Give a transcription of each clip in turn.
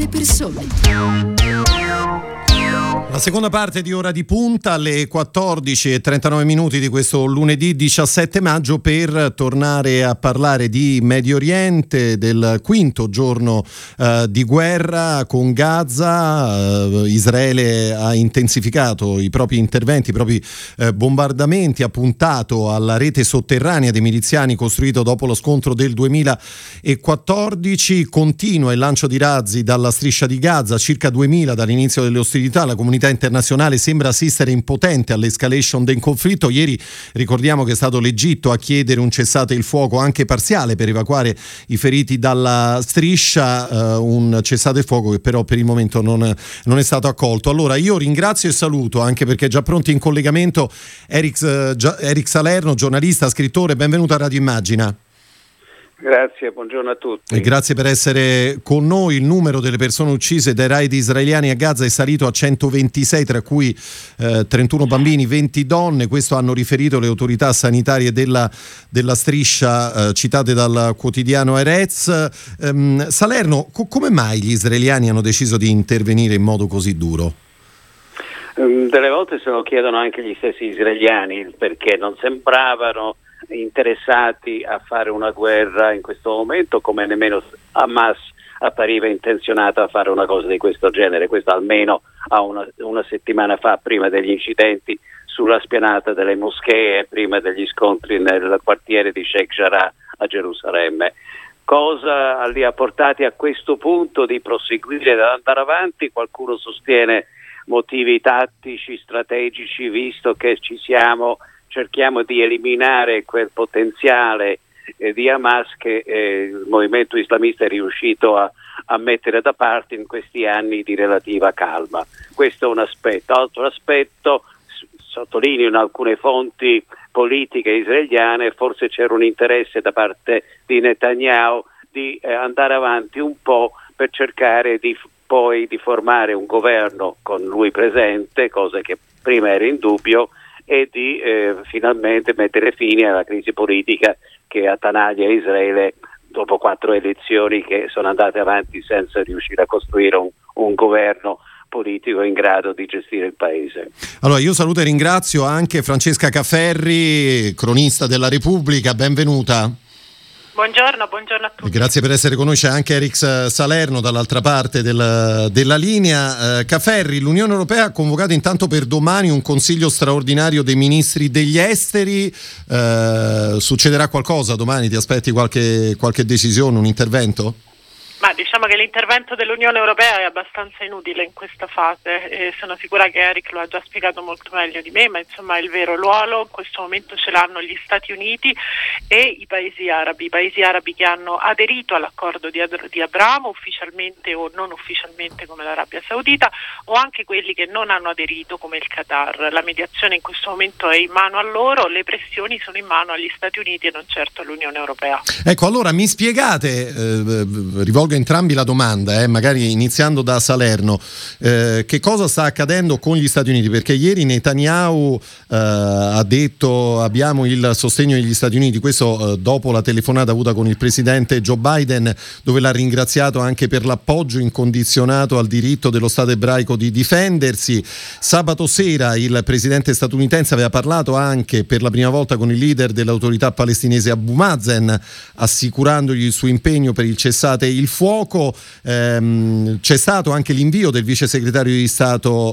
persone. La seconda parte di Ora di Punta alle 14:39 di questo lunedì 17 maggio per tornare a parlare di Medio Oriente, del quinto giorno di guerra con Gaza. Israele ha intensificato i propri interventi, i propri bombardamenti, ha puntato alla rete sotterranea dei miliziani costruito dopo lo scontro del 2014. Continua il lancio di razzi dalla striscia di Gaza, circa 2000 dall'inizio delle ostilità. La comunità internazionale sembra assistere impotente all'escalation del conflitto. Ieri ricordiamo che è stato l'Egitto a chiedere un cessate il fuoco anche parziale per evacuare i feriti dalla striscia, un cessate il fuoco che però per il momento non è stato accolto. Allora io ringrazio e saluto, anche perché è già pronto in collegamento, Eric Salerno, giornalista, scrittore. Benvenuto a Radio Immagina. Grazie, buongiorno a tutti. E grazie per essere con noi. Il numero delle persone uccise dai raid israeliani a Gaza è salito a 126, tra cui 31 bambini, 20 donne. Questo hanno riferito le autorità sanitarie della striscia citate dal quotidiano Haaretz. Salerno, come mai gli israeliani hanno deciso di intervenire in modo così duro? Delle volte se lo chiedono anche gli stessi israeliani, perché non sembravano interessati a fare una guerra in questo momento, come nemmeno Hamas appariva intenzionata a fare una cosa di questo genere. Questo almeno a una settimana fa, prima degli incidenti sulla spianata delle moschee, prima degli scontri nel quartiere di Sheikh Jarrah a Gerusalemme. Cosa li ha portati a questo punto di proseguire ed andare avanti? Qualcuno sostiene motivi tattici, strategici, visto che cerchiamo di eliminare quel potenziale di Hamas che il movimento islamista è riuscito a mettere da parte in questi anni di relativa calma. Questo è un aspetto. Altro aspetto, sottolineo in alcune fonti politiche israeliane, forse c'era un interesse da parte di Netanyahu di andare avanti un po' per cercare di formare un governo con lui presente, cosa che prima era in dubbio, e di finalmente mettere fine alla crisi politica che attanaglia Israele dopo 4 elezioni che sono andate avanti senza riuscire a costruire un governo politico in grado di gestire il paese. Allora io saluto e ringrazio anche Francesca Caferri, cronista della Repubblica, benvenuta. Buongiorno a tutti. Grazie per essere con noi. C'è anche Eric Salerno dall'altra parte della linea. Caferri, l'Unione Europea ha convocato intanto per domani un consiglio straordinario dei ministri degli esteri. Succederà qualcosa domani? Ti aspetti qualche decisione, un intervento? Ma diciamo che l'intervento dell'Unione Europea è abbastanza inutile in questa fase, e sono sicura che Eric lo ha già spiegato molto meglio di me, ma insomma il vero ruolo in questo momento ce l'hanno gli Stati Uniti e i paesi arabi che hanno aderito all'accordo di Abramo, ufficialmente o non ufficialmente come l'Arabia Saudita, o anche quelli che non hanno aderito come il Qatar. La mediazione in questo momento è in mano a loro, le pressioni sono in mano agli Stati Uniti e non certo all'Unione Europea. Ecco, allora mi spiegate, rivolgo entrambi la domanda, magari iniziando da Salerno, che cosa sta accadendo con gli Stati Uniti? Perché ieri Netanyahu ha detto abbiamo il sostegno degli Stati Uniti, questo dopo la telefonata avuta con il presidente Joe Biden, dove l'ha ringraziato anche per l'appoggio incondizionato al diritto dello Stato ebraico di difendersi. Sabato sera il presidente statunitense aveva parlato anche per la prima volta con il leader dell'autorità palestinese Abu Mazen, assicurandogli il suo impegno per il cessate il fuoco. C'è stato anche l'invio del vice segretario di Stato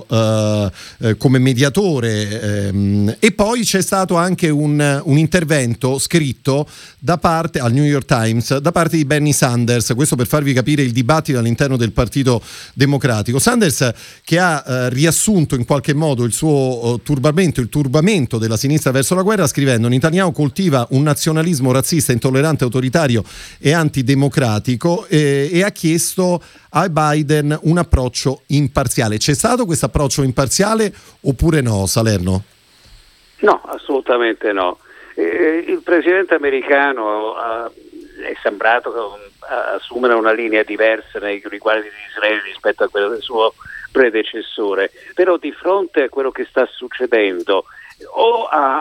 come mediatore, e poi c'è stato anche un intervento scritto da parte al New York Times da parte di Bernie Sanders, questo per farvi capire il dibattito all'interno del Partito Democratico. Sanders che ha riassunto in qualche modo il suo turbamento, il turbamento della sinistra verso la guerra, scrivendo: Netanyahu coltiva un nazionalismo razzista, intollerante, autoritario e antidemocratico, e ha chiesto a Biden un approccio imparziale. C'è stato questo approccio imparziale oppure no, Salerno? No, assolutamente no. Il presidente americano è sembrato assumere una linea diversa nei riguardi di Israele rispetto a quella del suo predecessore, però di fronte a quello che sta succedendo o ha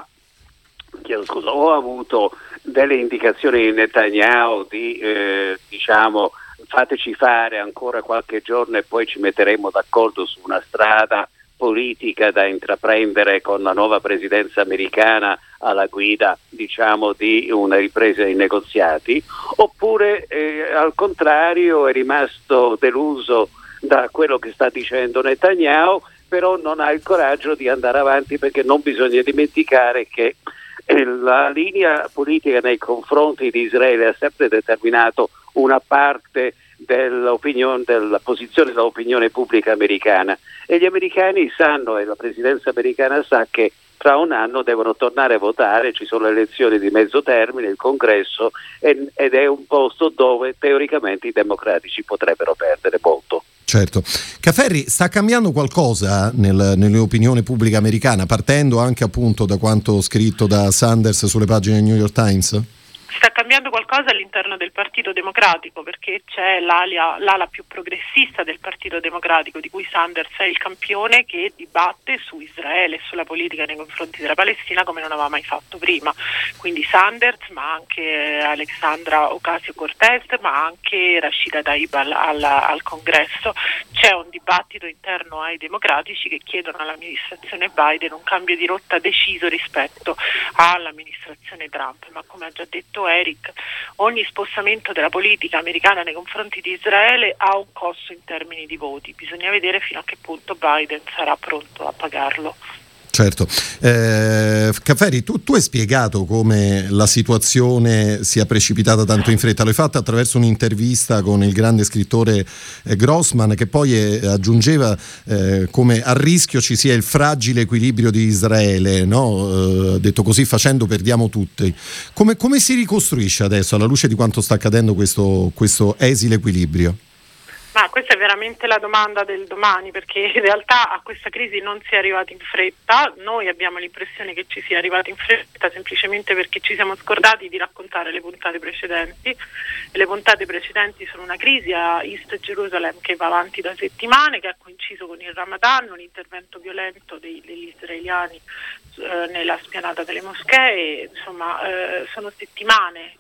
avuto delle indicazioni di Netanyahu di fateci fare ancora qualche giorno e poi ci metteremo d'accordo su una strada politica da intraprendere con la nuova presidenza americana alla guida, diciamo, di una ripresa dei negoziati, oppure al contrario è rimasto deluso da quello che sta dicendo Netanyahu, però non ha il coraggio di andare avanti, perché non bisogna dimenticare che la linea politica nei confronti di Israele ha sempre determinato una parte della posizione dell'opinione pubblica americana, e gli americani sanno, e la presidenza americana sa, che tra un anno devono tornare a votare, ci sono le elezioni di mezzo termine, il congresso, ed è un posto dove teoricamente i democratici potrebbero perdere molto. Certo. Cafferri, sta cambiando qualcosa nell'opinione pubblica americana, partendo anche appunto da quanto scritto da Sanders sulle pagine del New York Times? Sta cambiando qualcosa all'interno del Partito Democratico, perché c'è l'ala più progressista del Partito Democratico, di cui Sanders è il campione, che dibatte su Israele e sulla politica nei confronti della Palestina come non aveva mai fatto prima. Quindi Sanders, ma anche Alexandra Ocasio-Cortez, ma anche Rashida Tlaib al Congresso. C'è un dibattito interno ai democratici che chiedono all'amministrazione Biden un cambio di rotta deciso rispetto all'amministrazione Trump, ma come ha già detto Eric, ogni spostamento della politica americana nei confronti di Israele ha un costo in termini di voti. Bisogna vedere fino a che punto Biden sarà pronto a pagarlo. Certo. Cafferri, tu hai spiegato come la situazione sia precipitata tanto in fretta, l'hai fatto attraverso un'intervista con il grande scrittore Grossman, che poi aggiungeva come a rischio ci sia il fragile equilibrio di Israele, no? Detto così facendo perdiamo tutti. Come si ricostruisce adesso, alla luce di quanto sta accadendo, questo esile equilibrio? Ma questa è veramente la domanda del domani, perché in realtà a questa crisi non si è arrivati in fretta. Noi abbiamo l'impressione che ci sia arrivati in fretta semplicemente perché ci siamo scordati di raccontare le puntate precedenti, e le puntate precedenti sono una crisi a East Jerusalem che va avanti da settimane, che ha coinciso con il Ramadan, un intervento violento degli israeliani nella spianata delle moschee. Insomma, sono settimane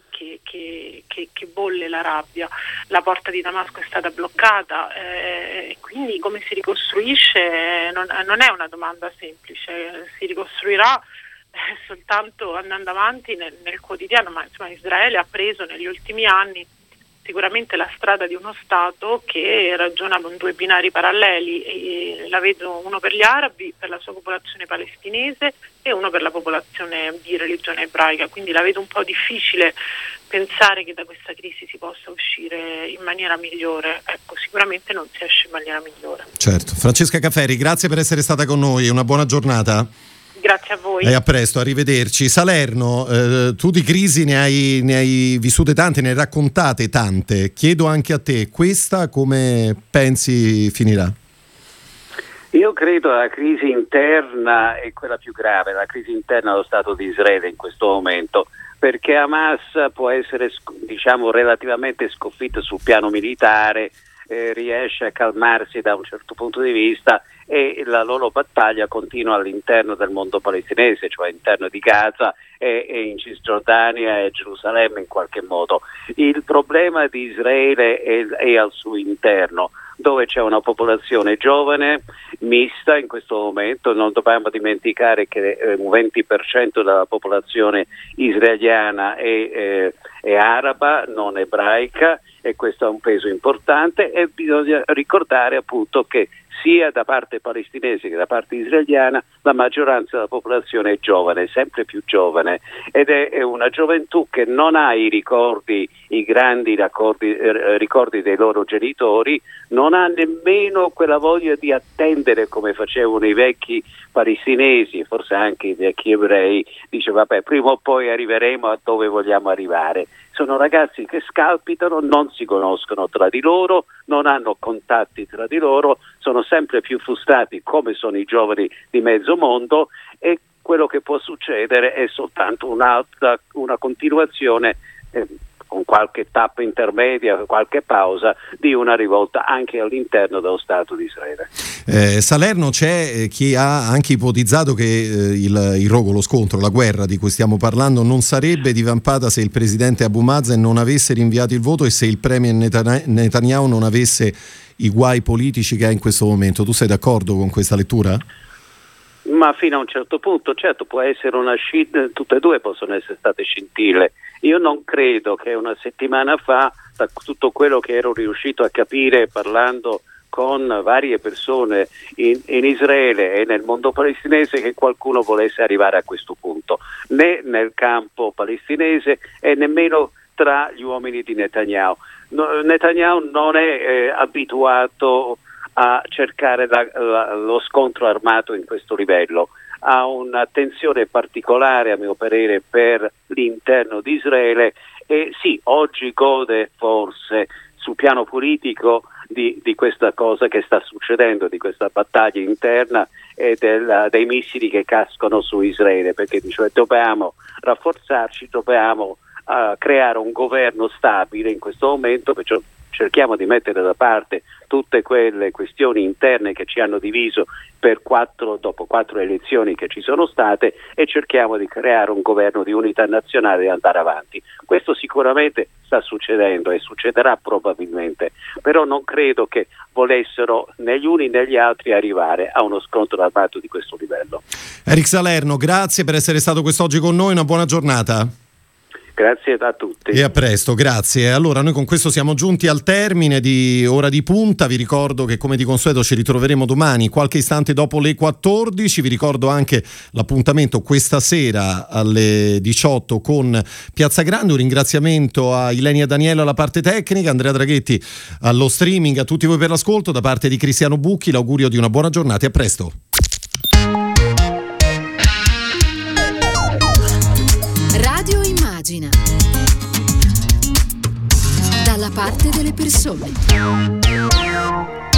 che bolle la rabbia, la porta di Damasco è stata bloccata, quindi come si ricostruisce non è una domanda semplice. Si ricostruirà soltanto andando avanti nel quotidiano, ma insomma Israele ha preso negli ultimi anni sicuramente la strada di uno Stato che ragiona con due binari paralleli, e la vedo uno per gli arabi, per la sua popolazione palestinese, e uno per la popolazione di religione ebraica, quindi la vedo un po' difficile pensare che da questa crisi si possa uscire in maniera migliore. Ecco, sicuramente non si esce in maniera migliore. Certo. Francesca Cafferri, grazie per essere stata con noi, una buona giornata. Grazie a voi. E a presto, arrivederci. Salerno, tu di crisi ne hai vissute tante, ne hai raccontate tante. Chiedo anche a te, questa come pensi finirà? Io credo la crisi interna è quella più grave, la crisi interna dello Stato di Israele in questo momento, perché Hamas può essere, diciamo, relativamente sconfitto sul piano militare, riesce a calmarsi da un certo punto di vista, e la loro battaglia continua all'interno del mondo palestinese, cioè all'interno di Gaza e in Cisgiordania e Gerusalemme in qualche modo. Il problema di Israele è al suo interno, dove c'è una popolazione giovane, mista in questo momento. Non dobbiamo dimenticare che un 20% della popolazione israeliana è araba, non ebraica, e questo ha un peso importante, e bisogna ricordare appunto che sia da parte palestinese che da parte israeliana la maggioranza della popolazione è giovane, sempre più giovane, ed è una gioventù che non ha i grandi ricordi dei loro genitori, non ha nemmeno quella voglia di attendere come facevano i vecchi palestinesi, e forse anche i vecchi ebrei. Dice vabbè, prima o poi arriveremo a dove vogliamo arrivare. Sono ragazzi che scalpitano, non si conoscono tra di loro, non hanno contatti tra di loro, sono sempre più frustrati come sono i giovani di mezzo mondo, e quello che può succedere è soltanto una continuazione con qualche tappa intermedia, qualche pausa, di una rivolta anche all'interno dello Stato di Israele. Salerno c'è chi ha anche ipotizzato che il rogo, lo scontro, la guerra di cui stiamo parlando non sarebbe divampata se il presidente Abu Mazen non avesse rinviato il voto e se il premier Netanyahu non avesse i guai politici che ha in questo momento. Tu sei d'accordo con questa lettura? Ma fino a un certo punto, certo, può essere una tutte e due possono essere state scintille. Io non credo che una settimana fa, da tutto quello che ero riuscito a capire parlando con varie persone in Israele e nel mondo palestinese, che qualcuno volesse arrivare a questo punto, né nel campo palestinese e nemmeno tra gli uomini di Netanyahu. Netanyahu non è abituato a cercare lo scontro armato in questo livello, ha un'attenzione particolare a mio parere per l'interno di Israele e sì, oggi gode forse sul piano politico di questa cosa che sta succedendo, di questa battaglia interna e dei missili che cascano su Israele, perché dice dobbiamo rafforzarci, dobbiamo creare un governo stabile in questo momento, perciò cerchiamo di mettere da parte tutte quelle questioni interne che ci hanno diviso dopo 4 elezioni che ci sono state e cerchiamo di creare un governo di unità nazionale e andare avanti. Questo sicuramente sta succedendo e succederà probabilmente, però non credo che volessero né gli uni né gli altri arrivare a uno scontro armato di questo livello. Eric Salerno, grazie per essere stato quest'oggi con noi, una buona giornata. Grazie a tutti. E a presto, grazie. Allora, noi con questo siamo giunti al termine di Ora di Punta. Vi ricordo che come di consueto ci ritroveremo domani, qualche istante dopo le 14. Vi ricordo anche l'appuntamento questa sera alle 18 con Piazza Grande. Un ringraziamento a Ilenia Daniello alla parte tecnica, Andrea Draghetti allo streaming, a tutti voi per l'ascolto. Da parte di Cristiano Bucchi l'augurio di una buona giornata e a presto. Dalla parte delle persone.